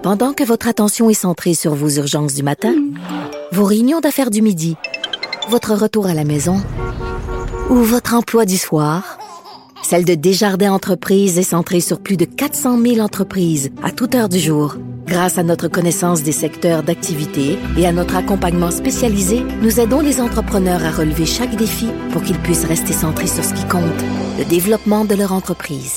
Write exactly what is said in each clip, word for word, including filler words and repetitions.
Pendant que votre attention est centrée sur vos urgences du matin, vos réunions d'affaires du midi, votre retour à la maison ou votre emploi du soir, celle de Desjardins Entreprises est centrée sur plus de quatre cent mille entreprises à toute heure du jour. Grâce à notre connaissance des secteurs d'activité et à notre accompagnement spécialisé, nous aidons les entrepreneurs à relever chaque défi pour qu'ils puissent rester centrés sur ce qui compte, le développement de leur entreprise.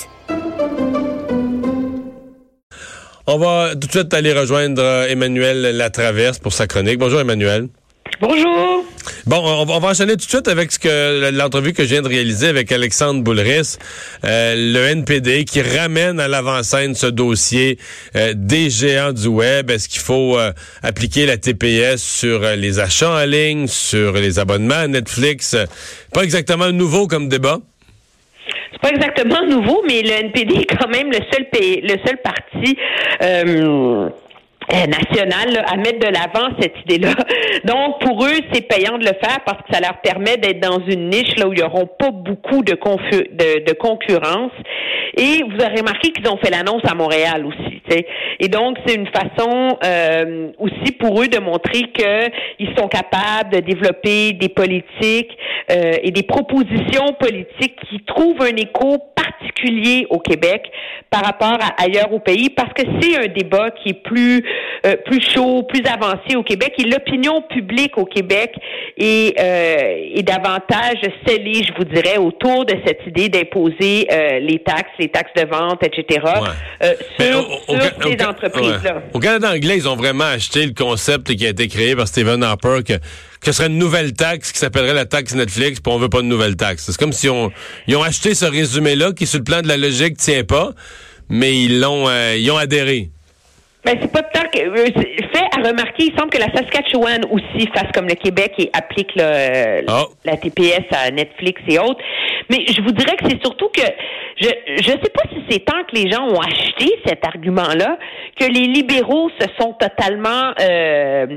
On va tout de suite aller rejoindre Emmanuel Latraverse pour sa chronique. Bonjour Emmanuel. Bonjour. Bon, on va, on va enchaîner tout de suite avec ce que l'entrevue que je viens de réaliser avec Alexandre Boulris, euh, le N P D, qui ramène à l'avant-scène ce dossier euh, des géants du web. Est-ce qu'il faut euh, appliquer la T P S sur euh, les achats en ligne, sur les abonnements à Netflix? Pas exactement nouveau comme débat. C'est pas exactement nouveau, mais le N P D est quand même le seul pays, le seul parti euh, national là, à mettre de l'avant cette idée-là. Donc, pour eux, c'est payant de le faire parce que ça leur permet d'être dans une niche là où ils n'auront pas beaucoup de, confu- de, de concurrence. Et vous aurez remarqué qu'ils ont fait l'annonce à Montréal aussi. T'sais. Et donc, c'est une façon euh, aussi pour eux de montrer qu'ils sont capables de développer des politiques euh, et des propositions politiques qui trouvent un écho particulier au Québec par rapport à ailleurs au pays, parce que c'est un débat qui est plus euh, plus chaud, plus avancé au Québec, et l'opinion publique au Québec est, euh, est davantage scellée, je vous dirais, autour de cette idée d'imposer euh, les taxes, les taxes de vente, et cetera, ouais. euh, sur, au, au, sur au, ces au, entreprises-là. Ouais. Au Canada anglais, ils ont vraiment acheté le concept qui a été créé par Stephen Harper, que que ce serait une nouvelle taxe qui s'appellerait la taxe Netflix, puis on veut pas de nouvelle taxe. C'est comme si on ils ont acheté ce résumé-là qui, sur le plan de la logique, tient pas, mais ils l'ont euh, ils ont adhéré. Ben, c'est pas tant que euh, fait à remarquer, il semble que la Saskatchewan aussi fasse comme le Québec et applique le, oh. la T P S à Netflix et autres. Mais je vous dirais que c'est surtout que je je sais pas si c'est tant que les gens ont acheté cet argument-là que les libéraux se sont totalement euh,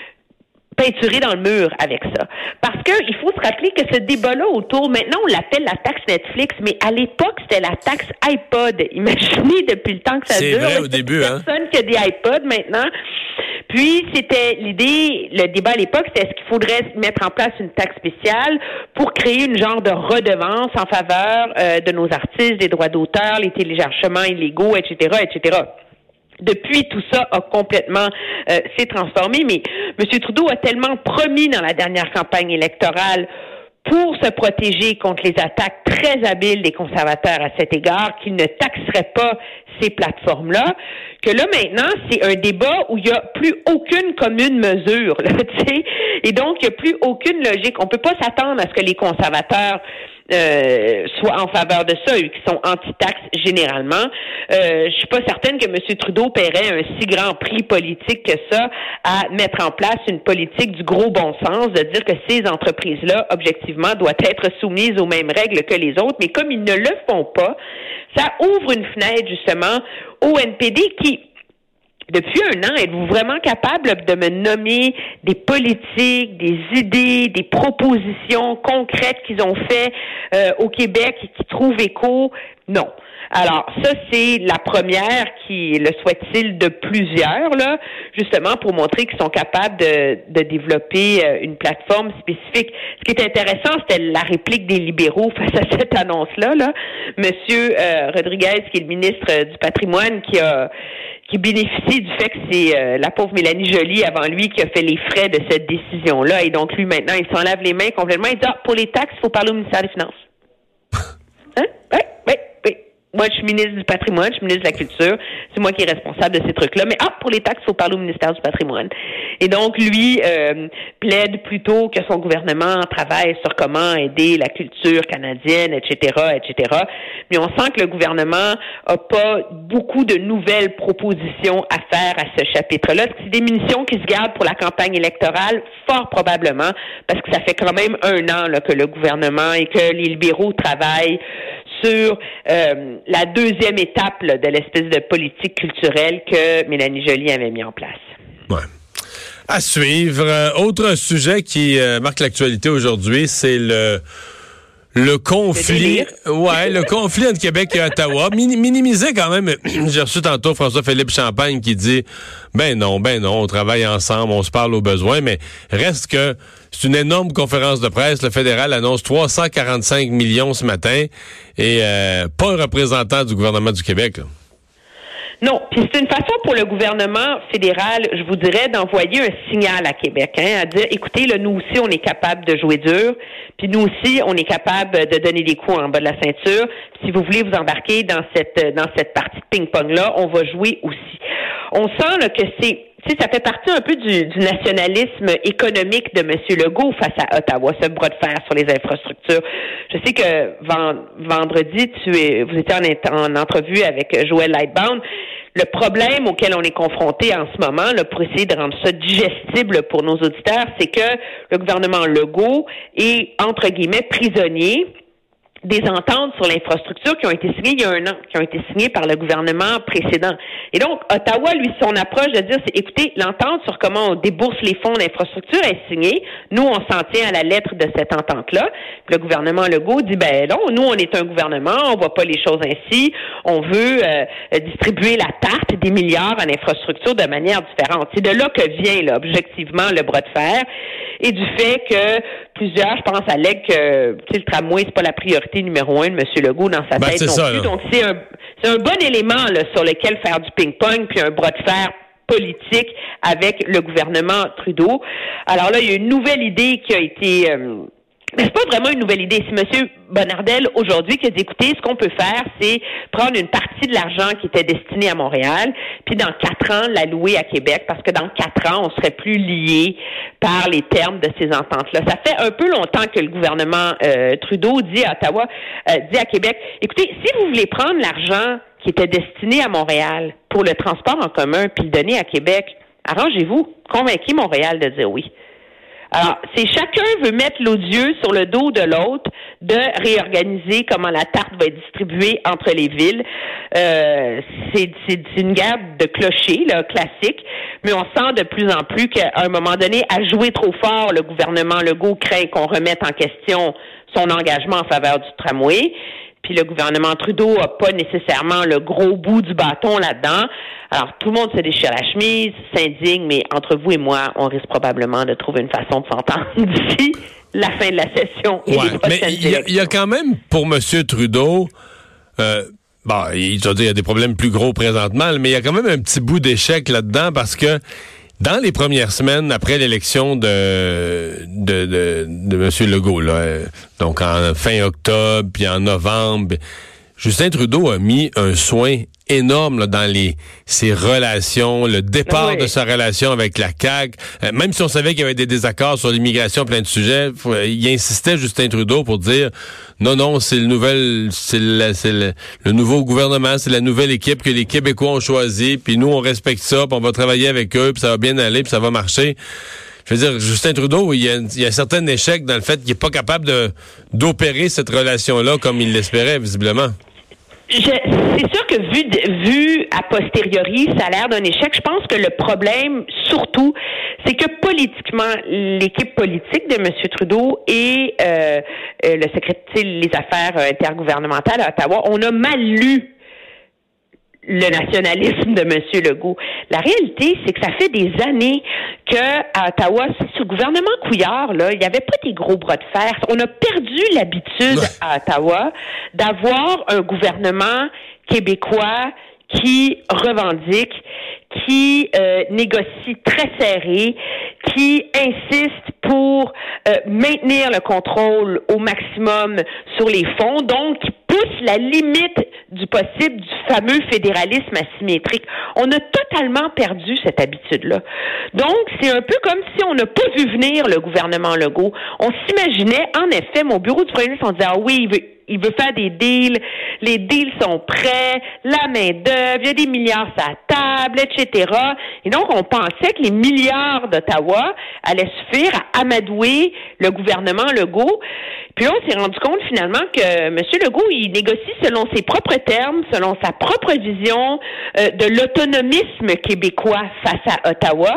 peinturé dans le mur avec ça. Parce que il faut se rappeler que ce débat-là autour, maintenant on l'appelle la taxe Netflix, mais à l'époque c'était la taxe iPod. Imaginez depuis le temps que ça c'est dure. C'est vrai au début, hein. Personne qui a des iPods maintenant. Puis c'était l'idée, le débat à l'époque, c'était est-ce qu'il faudrait mettre en place une taxe spéciale pour créer une genre de redevance en faveur euh, de nos artistes, des droits d'auteur, les téléchargements illégaux, et cetera, et cetera. Depuis, tout ça a complètement euh, s'est transformé, mais M. Trudeau a tellement promis dans la dernière campagne électorale pour se protéger contre les attaques très habiles des conservateurs à cet égard qu'il ne taxerait pas ces plateformes-là, que là, maintenant, c'est un débat où il n'y a plus aucune commune mesure, là, tu sais, et donc, il n'y a plus aucune logique. On peut pas s'attendre à ce que les conservateurs Euh, soit en faveur de ça, eux qui sont anti-taxes généralement. Euh, je suis pas certaine que M. Trudeau paierait un si grand prix politique que ça à mettre en place une politique du gros bon sens, de dire que ces entreprises-là, objectivement, doivent être soumises aux mêmes règles que les autres, mais comme ils ne le font pas, ça ouvre une fenêtre, justement, au N P D qui... Depuis un an, êtes-vous vraiment capable de me nommer des politiques, des idées, des propositions concrètes qu'ils ont fait euh, au Québec et qui trouvent écho? Non. Alors, ça, c'est la première qui le souhaite-t-il de plusieurs, là, justement pour montrer qu'ils sont capables de, de développer euh, une plateforme spécifique. Ce qui est intéressant, c'était la réplique des libéraux face à cette annonce-là, là. Monsieur euh, Rodriguez, qui est le ministre euh, du Patrimoine, qui a qui bénéficie du fait que c'est euh, la pauvre Mélanie Joly avant lui qui a fait les frais de cette décision-là. Et donc, lui, maintenant, il s'en lave les mains complètement. Il dit, ah, pour les taxes, il faut parler au ministère des Finances. Hein? Oui, oui, oui. Moi, je suis ministre du Patrimoine, je suis ministre de la Culture. C'est moi qui est responsable de ces trucs-là. Mais, ah, pour les taxes, il faut parler au ministère du Patrimoine. Et donc, lui euh, plaide plutôt que son gouvernement travaille sur comment aider la culture canadienne, et cetera, et cetera. Mais on sent que le gouvernement a pas beaucoup de nouvelles propositions à faire à ce chapitre-là. C'est des munitions qui se gardent pour la campagne électorale, fort probablement, parce que ça fait quand même un an là, que le gouvernement et que les libéraux travaillent sur euh, la deuxième étape là, de l'espèce de politique culturelle que Mélanie Joly avait mis en place. Ouais. À suivre. Euh, autre sujet qui euh, marque l'actualité aujourd'hui, c'est le le conflit, ouais, le conflit entre Québec et Ottawa, min- minimisé quand même. J'ai reçu tantôt François-Philippe Champagne qui dit, ben non, ben non, on travaille ensemble, on se parle aux besoins, mais reste que c'est une énorme conférence de presse. Le fédéral annonce trois cent quarante-cinq millions ce matin et euh, pas un représentant du gouvernement du Québec, là. Non, puis c'est une façon pour le gouvernement fédéral, je vous dirais, d'envoyer un signal à Québec, hein, à dire, écoutez, là, nous aussi, on est capable de jouer dur, puis nous aussi, on est capable de donner des coups en bas de la ceinture. Si vous voulez vous embarquer dans cette dans cette partie de ping-pong-là, on va jouer aussi. On sent là, que c'est Tu sais, ça fait partie un peu du, du nationalisme économique de M. Legault face à Ottawa, ce bras de fer sur les infrastructures. Je sais que vendredi, tu es, vous étiez en, en entrevue avec Joël Lightbound. Le problème auquel on est confronté en ce moment, là, pour essayer de rendre ça digestible pour nos auditeurs, c'est que le gouvernement Legault est, entre guillemets, prisonnier des ententes sur l'infrastructure qui ont été signées il y a un an, qui ont été signées par le gouvernement précédent. Et donc, Ottawa, lui, son approche de dire, c'est, écoutez, l'entente sur comment on débourse les fonds d'infrastructure est signée. Nous, on s'en tient à la lettre de cette entente-là. Puis le gouvernement Legault dit, ben non, nous, on est un gouvernement, on voit pas les choses ainsi. On veut euh, distribuer la tarte des milliards en infrastructure de manière différente. C'est de là que vient, là, objectivement, le bras de fer. Et du fait que plusieurs, je pense, allèguent que le tramway, c'est pas la priorité numéro un de M. Legault dans sa ben, tête non ça, plus. là. Donc, c'est un, c'est un bon élément là, sur lequel faire du ping-pong, puis un bras de fer politique avec le gouvernement Trudeau. Alors là, il y a une nouvelle idée qui a été... Euh, mais c'est pas vraiment une nouvelle idée. C'est M. Bonnardel, aujourd'hui, qui a dit, écoutez, ce qu'on peut faire, c'est prendre une partie de l'argent qui était destiné à Montréal, puis dans quatre ans, l'allouer à Québec, parce que dans quatre ans, on serait plus liés par les termes de ces ententes-là. Ça fait un peu longtemps que le gouvernement euh, Trudeau dit à Ottawa, euh, dit à Québec, écoutez, si vous voulez prendre l'argent qui était destiné à Montréal pour le transport en commun, puis le donner à Québec, arrangez-vous, convainquez Montréal de dire oui. Alors, c'est chacun veut mettre l'odieux sur le dos de l'autre, de réorganiser comment la tarte va être distribuée entre les villes. Euh, c'est, c'est, c'est une guerre de clochers, là, classique, mais on sent de plus en plus qu'à un moment donné, à jouer trop fort, le gouvernement Legault craint qu'on remette en question son engagement en faveur du tramway. Puis le gouvernement Trudeau n'a pas nécessairement le gros bout du bâton là-dedans. Alors, tout le monde se déchire la chemise, s'indigne, mais entre vous et moi, on risque probablement de trouver une façon de s'entendre d'ici la fin de la session. Et ouais, mais il y, y a quand même, pour M. Trudeau, euh, bon, il, je veux dire, il y a des problèmes plus gros présentement, mais il y a quand même un petit bout d'échec là-dedans parce que dans les premières semaines après l'élection de de, de, de M. Legault, là, donc en fin octobre, puis en novembre, Justin Trudeau a mis un soin énorme là, dans les ses relations, le départ oui. de sa relation avec la C A Q. Euh, même si on savait qu'il y avait des désaccords sur l'immigration, plein de sujets, faut, il insistait, Justin Trudeau, pour dire non, non, c'est le nouvel, c'est, le, c'est le, le nouveau gouvernement, c'est la nouvelle équipe que les Québécois ont choisi, puis nous on respecte ça, puis on va travailler avec eux, puis ça va bien aller, puis ça va marcher. Je veux dire, Justin Trudeau, il y a, il y a un certain échec dans le fait qu'il est pas capable de d'opérer cette relation-là comme il l'espérait, visiblement. Je, c'est sûr que vu, vu a posteriori, ça a l'air d'un échec. Je pense que le problème, surtout, c'est que politiquement, l'équipe politique de M. Trudeau et euh, le secrétaire les affaires intergouvernementales à Ottawa, on a mal lu le nationalisme de M. Legault. La réalité, c'est que ça fait des années qu'à Ottawa, sous le gouvernement Couillard, là, il n'y avait pas des gros bras de fer. On a perdu l'habitude à Ottawa d'avoir un gouvernement québécois qui revendique, qui euh, négocie très serré, qui insiste pour euh, maintenir le contrôle au maximum sur les fonds, donc qui pousse la limite du possible du fameux fédéralisme asymétrique. On a totalement perdu cette habitude-là. Donc, c'est un peu comme si on n'a pas vu venir le gouvernement Legault. On s'imaginait, en effet, mon bureau du premier ministre, on disait, ah oui, il veut, il veut faire des deals, les deals sont prêts, la main-d'œuvre, il y a des milliards sur la table, et cetera. Et donc, on pensait que les milliards d'Ottawa allaient suffire à amadouer le gouvernement Legault. Puis là, on s'est rendu compte finalement que M. Legault, il négocie selon ses propres termes, selon sa propre vision euh, de l'autonomisme québécois face à Ottawa.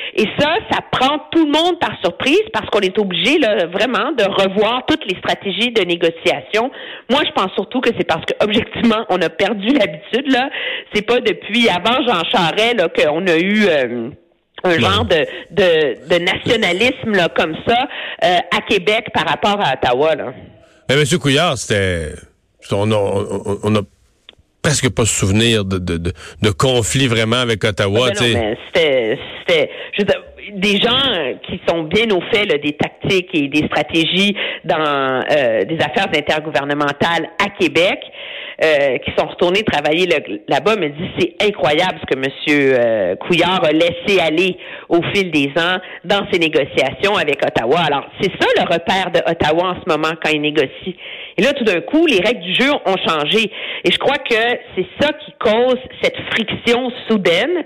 Et ça, ça prend tout le monde par surprise parce qu'on est obligé là, vraiment de revoir toutes les stratégies de négociation. Moi, je pense surtout que c'est parce que objectivement, on a perdu l'habitude. Là, c'est pas depuis avant Jean Charest là qu'on a eu euh, un genre de, de, de nationalisme là comme ça euh, à Québec par rapport à Ottawa. Là. Mais M. Couillard, c'était, on a, on, on a presque pas souvenir de, de, de, de conflit vraiment avec Ottawa. Ah ben non, mais c'était, c'était je veux dire, des gens qui sont bien au fait là, des tactiques et des stratégies dans euh, des affaires intergouvernementales à Québec, euh, qui sont retournés travailler là, là-bas, me disent c'est incroyable ce que M. Euh, Couillard a laissé aller au fil des ans dans ses négociations avec Ottawa. Alors, c'est ça le repère de Ottawa en ce moment quand il négocie. Et là, tout d'un coup, les règles du jeu ont changé. Et je crois que c'est ça qui cause cette friction soudaine.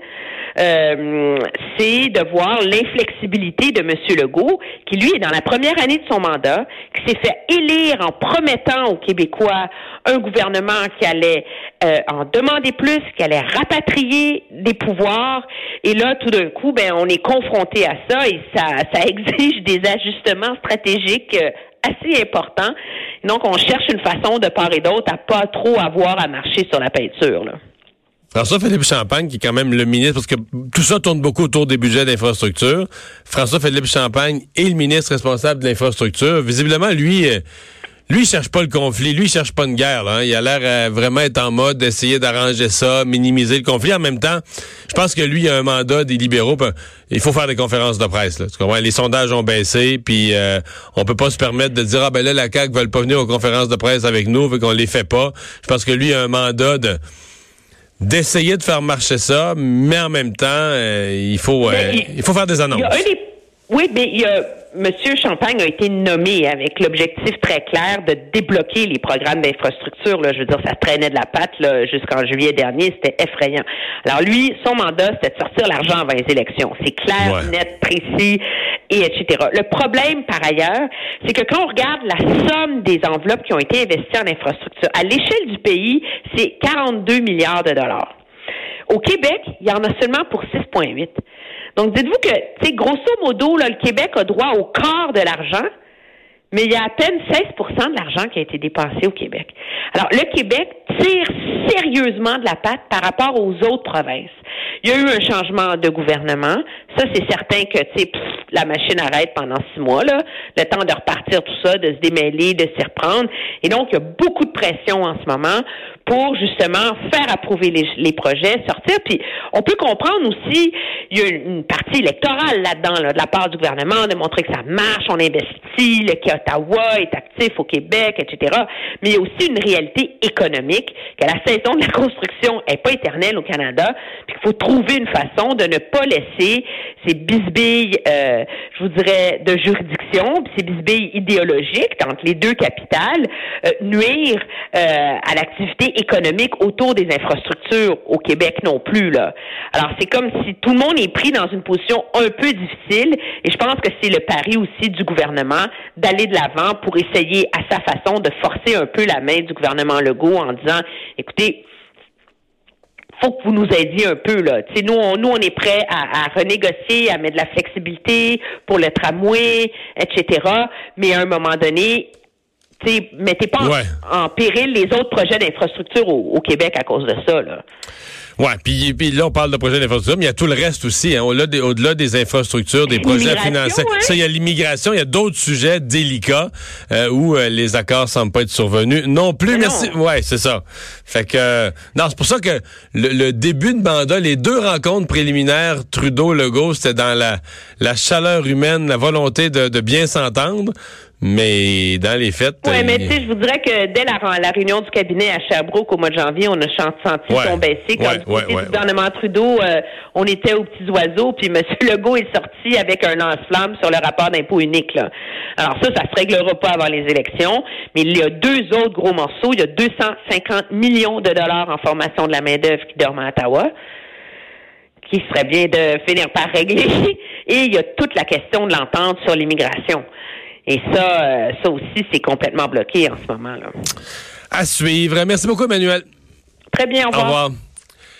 Euh, c'est de voir l'inflexibilité de M. Legault, qui, lui, est dans la première année de son mandat, qui s'est fait élire en promettant aux Québécois un gouvernement qui allait euh, en demander plus, qui allait rapatrier des pouvoirs. Et là, tout d'un coup, ben, on est confronté à ça et ça, ça exige des ajustements stratégiques euh, assez importants. Donc, on cherche une façon de part et d'autre à pas trop avoir à marcher sur la peinture, là. François-Philippe Champagne, qui est quand même le ministre, parce que tout ça tourne beaucoup autour des budgets d'infrastructure. François-Philippe Champagne est le ministre responsable de l'infrastructure. Visiblement, lui, euh, lui, il cherche pas le conflit. Lui, il cherche pas une guerre, là, hein. Il a l'air euh, vraiment être en mode d'essayer d'arranger ça, minimiser le conflit. En même temps, je pense que lui, il a un mandat des libéraux. Pis, il faut faire des conférences de presse, là. Tu comprends? Les sondages ont baissé, puis euh, on peut pas se permettre de dire, ah ben là, la C A Q veulent pas venir aux conférences de presse avec nous, fait qu'on les fait pas. Je pense que lui, il a un mandat de... d'essayer de faire marcher ça, mais en même temps, euh, il faut euh, il, il faut faire des annonces. Il y a un des, oui, mais il y a M. Champagne a été nommé avec l'objectif très clair de débloquer les programmes d'infrastructure. Là, je veux dire, ça traînait de la patte là, jusqu'en juillet dernier, c'était effrayant. Alors lui, son mandat, c'était de sortir l'argent avant les élections. C'est clair, ouais. net, précis, et et cetera. Le problème, par ailleurs, c'est que quand on regarde la somme des enveloppes qui ont été investies en infrastructure, à l'échelle du pays, c'est quarante-deux milliards de dollars. Au Québec, il y en a seulement pour six virgule huit. Donc, dites-vous que, tu sais, grosso modo, là, le Québec a droit au quart de l'argent, mais il y a à peine seize pour cent de l'argent qui a été dépensé au Québec. Alors, le Québec tire sérieusement de la patte par rapport aux autres provinces. Il y a eu un changement de gouvernement. Ça, c'est certain que, tu sais, la machine arrête pendant six mois, là. Le temps de repartir tout ça, de se démêler, de s'y reprendre. Et donc, il y a beaucoup de pression en ce moment pour, justement, faire approuver les, les projets, sortir. Puis, on peut comprendre aussi, il y a une partie électorale là-dedans, là, de la part du gouvernement, de montrer que ça marche, on investit, le qu'Ottawa est actif au Québec, et cetera. Mais il y a aussi une réalité économique, que la saison de la construction est pas éternelle au Canada, puis qu'il faut trouver une façon de ne pas laisser ces bisbilles, euh, je vous dirais, de juridiction, puis ces bisbilles idéologiques entre les deux capitales, euh, nuire euh, à l'activité économique autour des infrastructures au Québec non plus, là. Alors, c'est comme si tout le monde est pris dans une position un peu difficile, et je pense que c'est le pari aussi du gouvernement d'aller de l'avant pour essayer à sa façon de forcer un peu la main du gouvernement Legault en disant, écoutez, faut que vous nous aidiez un peu, là. Tu sais, nous, on, nous, on est prêts à, à renégocier, à mettre de la flexibilité pour le tramway, et cetera. Mais à un moment donné, tu sais, mettez pas ouais. en, en péril les autres projets d'infrastructure au, au Québec à cause de ça, là. Ouais, puis, puis là, on parle de projets d'infrastructure, mais il y a tout le reste aussi, hein, au-delà des, au-delà des infrastructures, des projets à financer. Hein? Ça, il y a l'immigration, il y a d'autres sujets délicats euh, où euh, les accords semblent pas être survenus. Non plus, mais, mais c'est, ouais, c'est ça. Fait que, euh, non, c'est pour ça que le, le début de mandat, les deux rencontres préliminaires Trudeau-Legault, c'était dans la, la chaleur humaine, la volonté de, de bien s'entendre. Mais dans les faits... Oui, mais tu sais, je vous dirais que dès la, la réunion du cabinet à Sherbrooke au mois de janvier, on a senti ouais, son baisser. Quand ouais, du côté ouais, du ouais, gouvernement ouais. Trudeau, euh, on était aux petits oiseaux, puis M. Legault est sorti avec un lance-flamme sur le rapport d'impôt unique, là. Alors ça, ça se réglera pas avant les élections, mais il y a deux autres gros morceaux. Il y a deux cent cinquante millions de dollars en formation de la main-d'œuvre qui dorment à Ottawa, qui serait bien de finir par régler. Et il y a toute la question de l'entente sur l'immigration. Et ça, euh, ça aussi, c'est complètement bloqué en ce moment, là. À suivre. Merci beaucoup, Emmanuel. Très bien, au revoir. Au revoir.